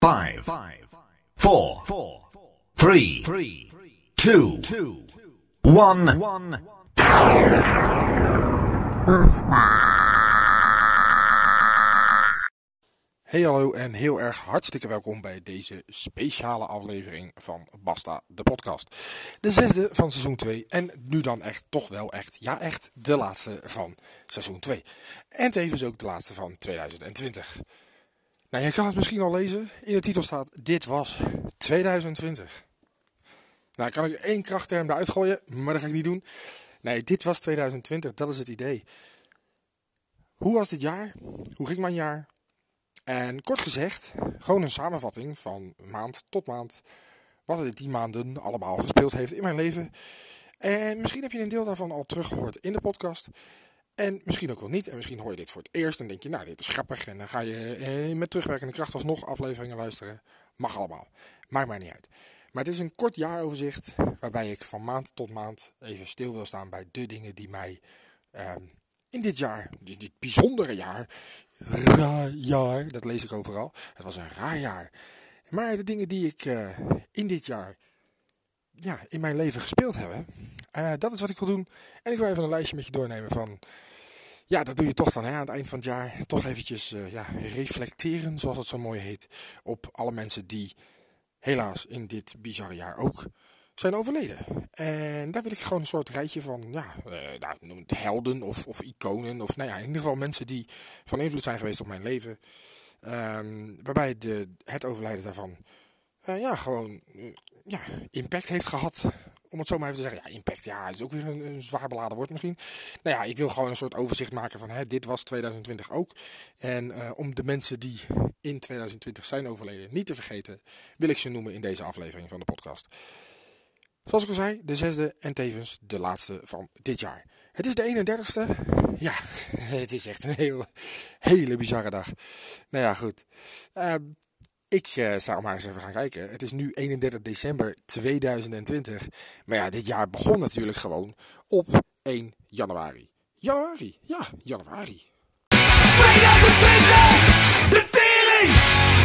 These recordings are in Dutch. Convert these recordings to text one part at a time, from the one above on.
5, 4, 3, 2, 1. Hey hallo en heel erg hartstikke welkom bij deze speciale aflevering van Basta de podcast. De 6e van seizoen 2 en nu dan echt toch wel echt de laatste van seizoen 2. En tevens ook de laatste van 2020. Nou, je kan het misschien al lezen, in de titel staat dit was 2020. Nou, ik kan ik één krachtterm eruit gooien, maar dat ga ik niet doen. Nee, dit was 2020, dat is het idee. Hoe was dit jaar? Hoe ging mijn jaar? En kort gezegd, gewoon een samenvatting van maand tot maand, wat er in 10 maanden allemaal gespeeld heeft in mijn leven. En misschien heb je een deel daarvan al teruggehoord in de podcast. En misschien ook wel niet. En misschien hoor je dit voor het eerst en denk je, nou, dit is grappig. En dan ga je met terugwerkende kracht alsnog afleveringen luisteren. Mag allemaal. Maakt mij niet uit. Maar het is een kort jaaroverzicht waarbij ik van maand tot maand even stil wil staan bij de dingen die mij in dit jaar, dit bijzondere jaar, raar jaar, dat lees ik overal. Het was een raar jaar. Maar de dingen die ik in dit jaar in mijn leven gespeeld heb, dat is wat ik wil doen. En ik wil even een lijstje met je doornemen van, ja, dat doe je toch dan aan het eind van het jaar. Toch eventjes reflecteren, zoals het zo mooi heet, op alle mensen die helaas in dit bizarre jaar ook zijn overleden. En daar wil ik gewoon een soort rijtje van, noem het helden of iconen. Of in ieder geval mensen die van invloed zijn geweest op mijn leven. Waarbij het overlijden daarvan impact heeft gehad. Om het zo maar even te zeggen. Ja, impact, ja, is ook weer een zwaar beladen woord misschien. Nou ja, ik wil gewoon een soort overzicht maken van, dit was 2020 ook. En om de mensen die in 2020 zijn overleden niet te vergeten, wil ik ze noemen in deze aflevering van de podcast. Zoals ik al zei, de 6e en tevens de laatste van dit jaar. Het is de 31ste. Ja, het is echt een hele bizarre dag. Nou ja, goed. Ik zou maar eens even gaan kijken. Het is nu 31 december 2020. Maar ja, dit jaar begon natuurlijk gewoon op 1 januari. Januari! Ja, januari. 2020! De tering!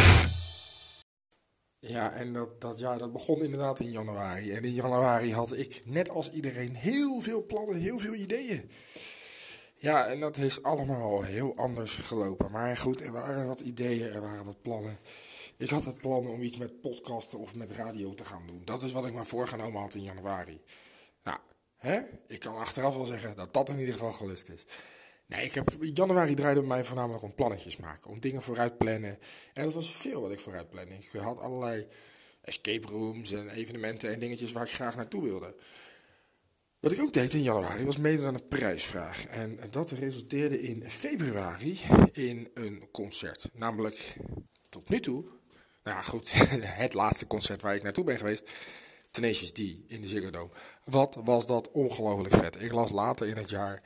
Ja, en dat jaar dat begon inderdaad in januari. En in januari had ik, net als iedereen, heel veel plannen, heel veel ideeën. Ja, en dat is allemaal heel anders gelopen. Maar goed, er waren wat ideeën, er waren wat plannen. Ik had het plan om iets met podcasten of met radio te gaan doen. Dat is wat ik me voorgenomen had in januari. Nou, ik kan achteraf wel zeggen dat dat in ieder geval gelukt is. Nee, januari draaide bij mij voornamelijk om plannetjes maken. Om dingen vooruit plannen. En dat was veel wat ik vooruit plande. Ik had allerlei escape rooms en evenementen en dingetjes waar ik graag naartoe wilde. Wat ik ook deed in januari was meedoen aan een prijsvraag. En dat resulteerde in februari in een concert. Namelijk tot nu toe, nou ja goed, het laatste concert waar ik naartoe ben geweest. Tenacious D in de Ziggo Dome. Wat was dat ongelooflijk vet. Ik las later in het jaar,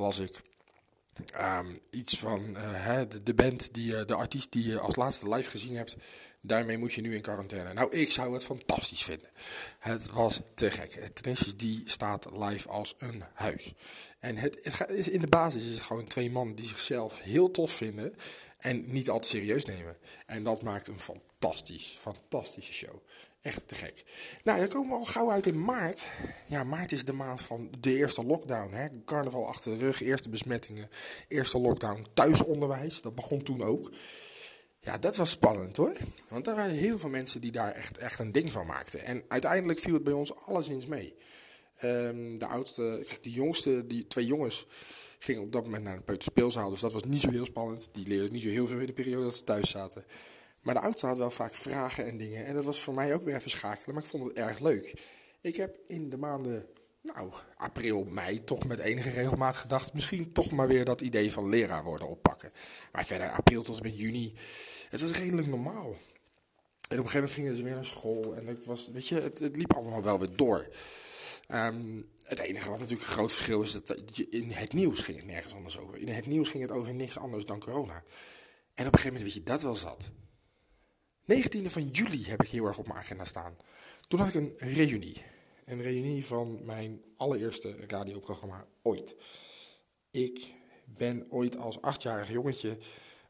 iets van de band, de artiest die je als laatste live gezien hebt. Daarmee moet je nu in quarantaine. Nou, ik zou het fantastisch vinden. Het was te gek. Tenacious D staat live als een huis. En in de basis is het gewoon 2 mannen die zichzelf heel tof vinden en niet altijd serieus nemen. En dat maakt een fantastische show. Echt te gek. Nou, dan komen we al gauw uit in maart. Ja, maart is de maand van de eerste lockdown. Carnaval achter de rug, eerste besmettingen, eerste lockdown, thuisonderwijs. Dat begon toen ook. Ja, dat was spannend hoor. Want er waren heel veel mensen die daar echt een ding van maakten. En uiteindelijk viel het bij ons alleszins mee. De oudste, de jongste, die 2 jongens gingen op dat moment naar een peuterspeelzaal. Dus dat was niet zo heel spannend. Die leerden niet zo heel veel in de periode dat ze thuis zaten. Maar de oudste had wel vaak vragen en dingen. En dat was voor mij ook weer even schakelen. Maar ik vond het erg leuk. Ik heb in de maanden, april, mei, toch met enige regelmaat gedacht. Misschien toch maar weer dat idee van leraar worden oppakken. Maar verder, april tot en met juni, het was redelijk normaal. En op een gegeven moment gingen ze weer naar school. En het liep allemaal wel weer door. Het enige wat natuurlijk een groot verschil is, dat in het nieuws ging het nergens anders over. In het nieuws ging het over niks anders dan corona. En op een gegeven moment dat wel zat. 19e van juli heb ik heel erg op mijn agenda staan. Toen had ik een reunie. Een reunie van mijn allereerste radioprogramma ooit. Ik ben ooit als 8-jarig jongetje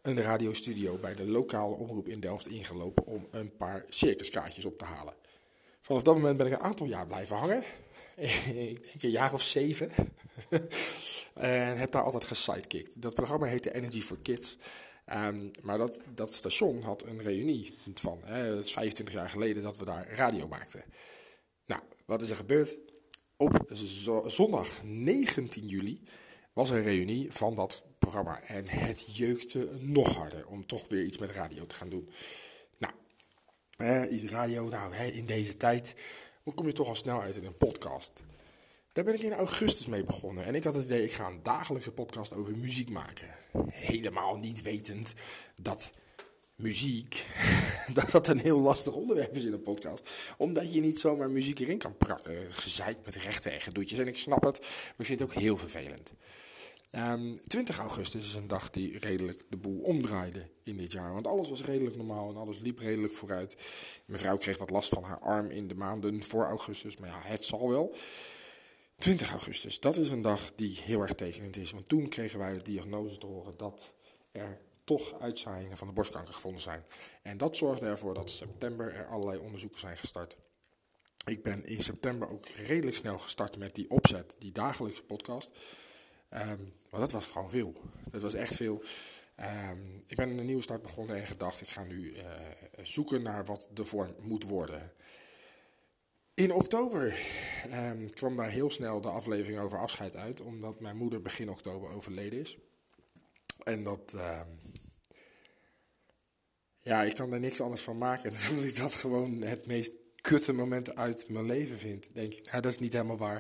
een radiostudio bij de lokale omroep in Delft ingelopen om een paar circuskaartjes op te halen. Vanaf dat moment ben ik een aantal jaar blijven hangen. Ik denk een jaar of 7. En heb daar altijd gesidekickt. Dat programma heette Energy for Kids. Maar dat station had een reunie van. Het is 25 jaar geleden dat we daar radio maakten. Nou, wat is er gebeurd? Op zondag 19 juli was er een reunie van dat programma. En het jeukte nog harder om toch weer iets met radio te gaan doen. Nou, radio, in deze tijd kom je toch al snel uit in een podcast. Daar ben ik in augustus mee begonnen. En ik had het idee, ik ga een dagelijkse podcast over muziek maken. Helemaal niet wetend dat muziek, dat een heel lastig onderwerp is in een podcast. Omdat je niet zomaar muziek erin kan prakken. Gezeik met rechten en gedoetjes. En ik snap het, maar ik vind het ook heel vervelend. 20 augustus is een dag die redelijk de boel omdraaide in dit jaar. Want alles was redelijk normaal en alles liep redelijk vooruit. Mijn vrouw kreeg wat last van haar arm in de maanden voor augustus. Maar ja, het zal wel. 20 augustus, dat is een dag die heel erg tekenend is. Want toen kregen wij de diagnose te horen dat er toch uitzaaiingen van de borstkanker gevonden zijn. En dat zorgde ervoor dat in september er allerlei onderzoeken zijn gestart. Ik ben in september ook redelijk snel gestart met die opzet, die dagelijkse podcast. Maar dat was gewoon veel. Dat was echt veel. Ik ben een nieuwe start begonnen en gedacht, ik ga nu zoeken naar wat de vorm moet worden. In oktober kwam daar heel snel de aflevering over afscheid uit, omdat mijn moeder begin oktober overleden is. En dat, ik kan er niks anders van maken dan dat ik dat gewoon het meest kutte moment uit mijn leven vind. Denk ik, dat is niet helemaal waar.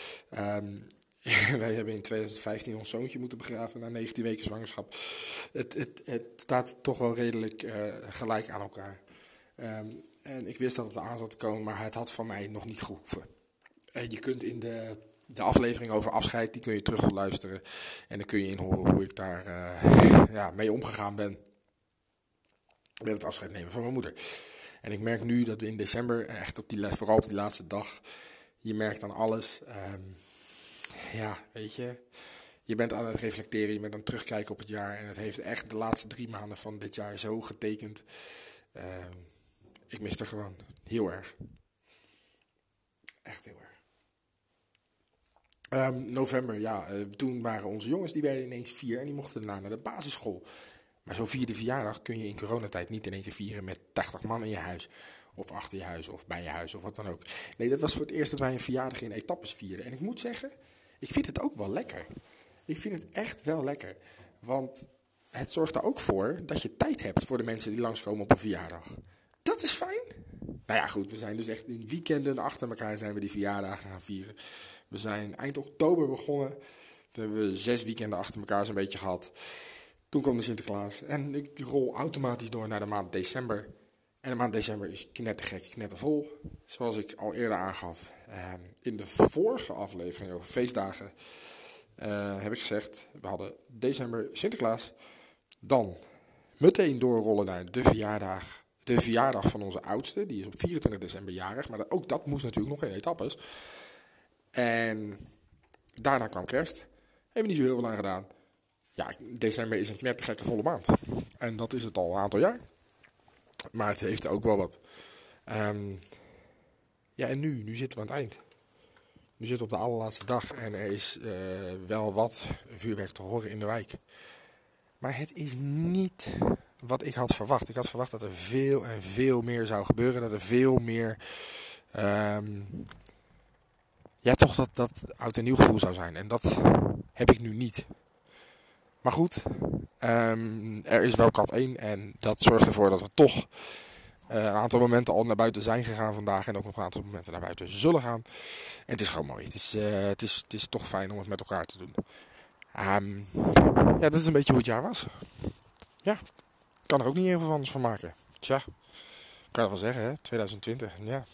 Wij hebben in 2015 ons zoontje moeten begraven na 19 weken zwangerschap. Het staat toch wel redelijk gelijk aan elkaar. En ik wist dat het aan zat te komen, maar het had van mij nog niet gehoeven. Je kunt in de aflevering over afscheid, die kun je terug luisteren. En dan kun je in horen hoe ik daar mee omgegaan ben. Met het afscheid nemen van mijn moeder. En ik merk nu dat we in december, echt vooral op die laatste dag, je merkt aan alles. Weet je, je bent aan het reflecteren, je bent aan het terugkijken op het jaar. En het heeft echt de laatste 3 maanden van dit jaar zo getekend. Ik mis er gewoon heel erg. Echt heel erg. November, toen waren onze jongens, die werden ineens 4 en die mochten daarna naar de basisschool. Maar zo'n vierde verjaardag kun je in coronatijd niet in één keer vieren met 80 man in je huis. Of achter je huis, of bij je huis, of wat dan ook. Nee, dat was voor het eerst dat wij een verjaardag in etappes vierden. En ik moet zeggen, ik vind het ook wel lekker. Ik vind het echt wel lekker. Want het zorgt er ook voor dat je tijd hebt voor de mensen die langskomen op een verjaardag. Dat is fijn. Nou ja, goed, we zijn dus echt in weekenden achter elkaar zijn we die verjaardagen gaan vieren. We zijn eind oktober begonnen. Toen hebben we 6 weekenden achter elkaar zo'n beetje gehad. Toen kwam de Sinterklaas en ik rol automatisch door naar de maand december. En de maand december is knettergek, knettervol. Zoals ik al eerder aangaf. In de vorige aflevering over feestdagen heb ik gezegd, we hadden december Sinterklaas. Dan meteen doorrollen naar de verjaardag van onze oudste. Die is op 24 december jarig, maar ook dat moest natuurlijk nog in etappes. En daarna kwam kerst. Hebben we niet zo heel veel aan gedaan. Ja, december is een knettergekke volle maand. En dat is het al een aantal jaar. Maar het heeft ook wel wat. En nu zitten we aan het eind. Nu zitten we op de allerlaatste dag en er is wel wat vuurwerk te horen in de wijk. Maar het is niet wat ik had verwacht. Ik had verwacht dat er veel en veel meer zou gebeuren. Dat er veel meer, toch dat oud en nieuw gevoel zou zijn. En dat heb ik nu niet. Maar goed, er is wel kat 1 en dat zorgt ervoor dat we toch een aantal momenten al naar buiten zijn gegaan vandaag. En ook nog een aantal momenten naar buiten zullen gaan. En het is gewoon mooi. Het is toch fijn om het met elkaar te doen. Dat is een beetje hoe het jaar was. Ja, ik kan er ook niet heel veel anders van maken. Tja, kan je wel zeggen, hè? 2020, ja.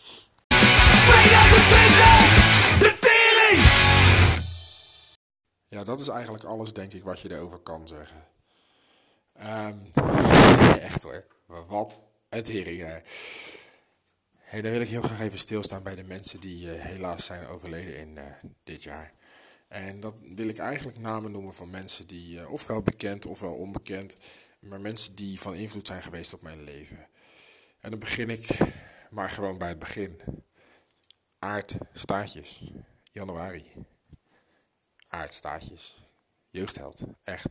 2020! De tering! Ja, dat is eigenlijk alles, denk ik, wat je erover kan zeggen. Echt hoor, wat een tering. Hey, dan wil ik heel graag even stilstaan bij de mensen die helaas zijn overleden in dit jaar. En dat wil ik eigenlijk namen noemen van mensen die ofwel bekend ofwel onbekend Maar mensen die van invloed zijn geweest op mijn leven. En dan begin ik maar gewoon bij het begin. Aart Staartjes, januari. Aart Staartjes, jeugdheld, echt.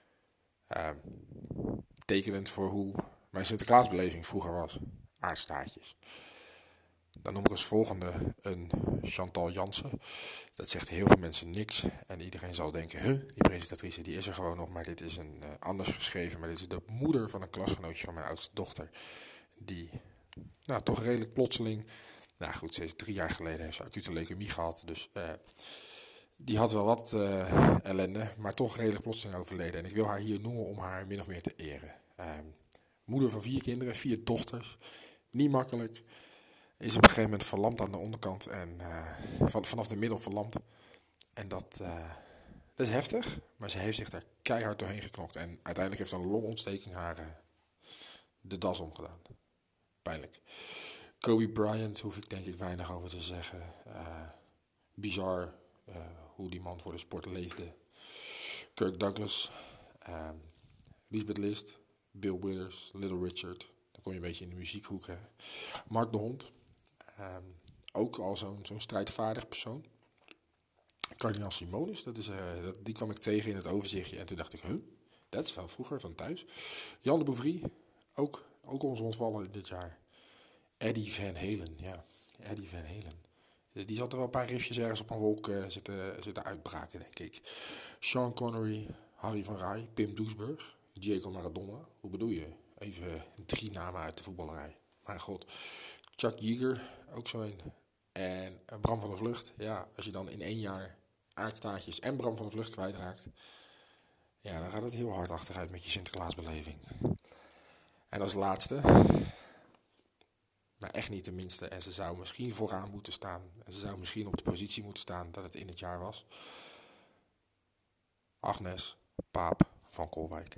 Tekenend voor hoe mijn Sinterklaasbeleving vroeger was. Aart Staartjes. Dan noem ik als volgende een Chantal Jansen. Dat zegt heel veel mensen niks. En iedereen zal denken, die presentatrice die is er gewoon nog. Maar dit is een anders geschreven. Maar dit is de moeder van een klasgenootje van mijn oudste dochter. Die, toch redelijk plotseling. Nou goed, ze is 3 jaar geleden heeft ze acute leukemie gehad. Dus die had wel wat ellende. Maar toch redelijk plotseling overleden. En ik wil haar hier noemen om haar min of meer te eren. Moeder van 4 kinderen, 4 dochters. Niet makkelijk. Is op een gegeven moment verlamd aan de onderkant en vanaf de middel verlamd. En dat is heftig, maar ze heeft zich daar keihard doorheen geknokt. En uiteindelijk heeft een longontsteking haar de das omgedaan. Pijnlijk. Kobe Bryant hoef ik denk ik weinig over te zeggen. Bizar hoe die man voor de sport leefde. Kirk Douglas, Lisbeth List, Bill Withers, Little Richard. Dan kom je een beetje in de muziekhoek. Hè. Mark de Hond. Ook al zo'n strijdvaardig persoon. Kardinaal Simonis, die kwam ik tegen in het overzichtje. En toen dacht ik, dat is van vroeger, van thuis. Jan de Bouvry, ook ons ontvallen dit jaar. Eddie Van Halen, ja. Eddie Van Halen. Die zat er wel een paar riffjes ergens op een wolk zitten uitbraken, denk ik. Sean Connery, Harry van Rij, Pim Doesburg, Diego Maradona. Hoe bedoel je? Even 3 namen uit de voetballerij. Mijn god. Chuck Yeager, ook zo een. En Bram van der Vlucht. Ja, als je dan in 1 jaar Aart Staartjes en Bram van der Vlucht kwijtraakt. Ja, dan gaat het heel hard achteruit met je Sinterklaasbeleving. En als laatste, maar echt niet de minste. En ze zou misschien vooraan moeten staan. En ze zou misschien op de positie moeten staan dat het in het jaar was. Agnes Paap van Kolwijk.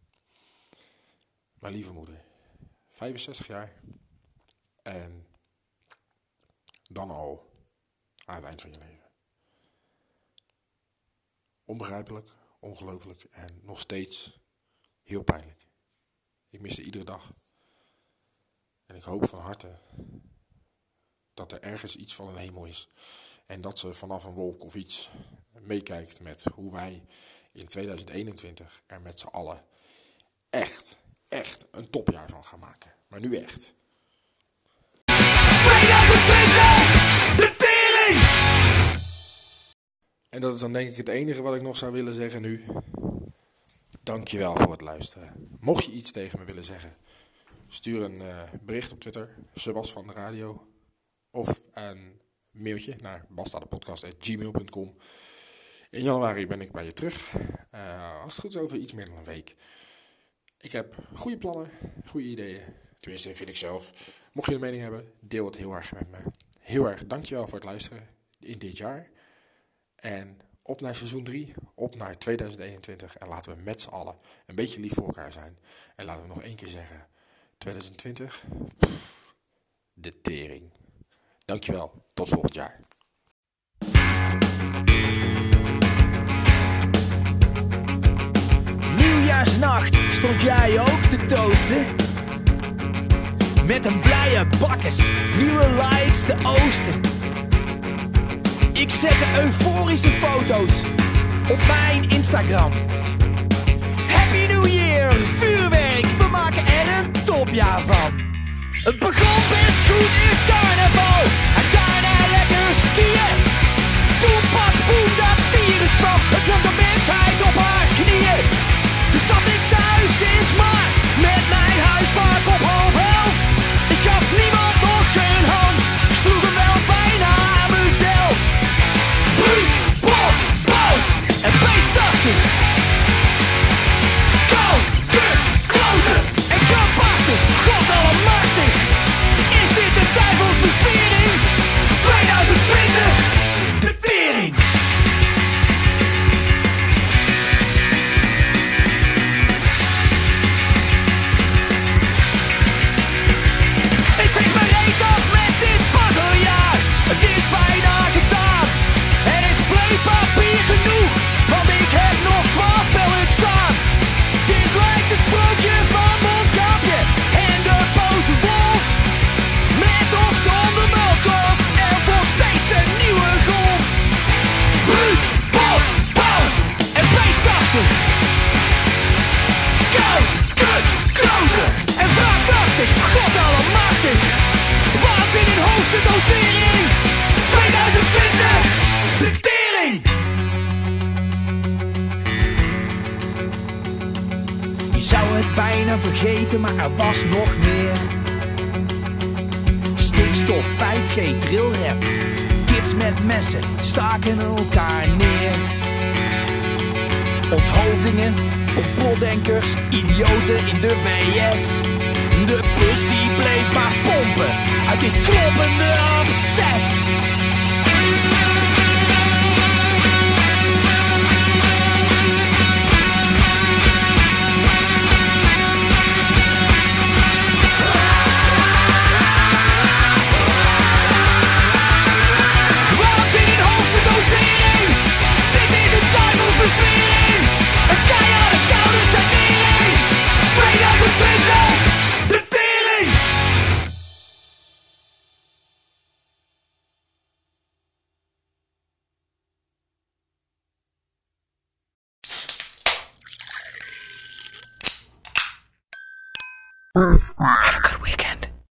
Mijn lieve moeder. 65 jaar. En dan al aan het eind van je leven. Onbegrijpelijk, ongelooflijk en nog steeds heel pijnlijk. Ik mis haar iedere dag. En ik hoop van harte dat er ergens iets van een hemel is. En dat ze vanaf een wolk of iets meekijkt met hoe wij in 2021 er met z'n allen echt een topjaar van gaan maken. Maar nu echt. 2020! De tering! En dat is dan denk ik het enige wat ik nog zou willen zeggen nu. Dankjewel voor het luisteren. Mocht je iets tegen me willen zeggen, stuur een bericht op Twitter, Sebas van de Radio. Of een mailtje naar bastadepodcast@gmail.com. In januari ben ik bij je terug. Als het goed is over iets meer dan een week. Ik heb goede plannen, goede ideeën. Tenminste, vind ik zelf. Mocht je een mening hebben, deel het heel erg met me. Heel erg dankjewel voor het luisteren in dit jaar. En op naar seizoen 3, op naar 2021. En laten we met z'n allen een beetje lief voor elkaar zijn. En laten we nog 1 keer zeggen, 2020, de tering. Dankjewel, tot volgend jaar. Nieuwjaarsnacht stond jij ook te toosten. Met een blije bakkes, nieuwe likes te oosten. Ik zette euforische foto's op mijn Instagram. Happy New Year, vuurwerk, we maken er een topjaar van. Het begon best goed in carnaval, en daarna lekker skiën. Toen pas boem dat virus kwam, het kwam de mensheid op haar knieën. Toen zat ik thuis sinds maart, met mijn huispark op 10:30. Ik gaf niemand nog een hand, ik sloeg hem wel bijna aan mezelf. Bloed, bot, bout en beestachtig. Koud, kut, kloten en krampachtig, God allemachtig. Is dit de duivelsbeswering? dingen vergeten, maar er was nog meer. Stikstof, 5G, drillrap. Kids met messen staken elkaar neer. Onthoofdingen, complotdenkers, idioten in de VS. De bus die bleef maar pompen uit dit kloppende obses. Bezwering, een keiharde koude sanering. 2020, de tering! Even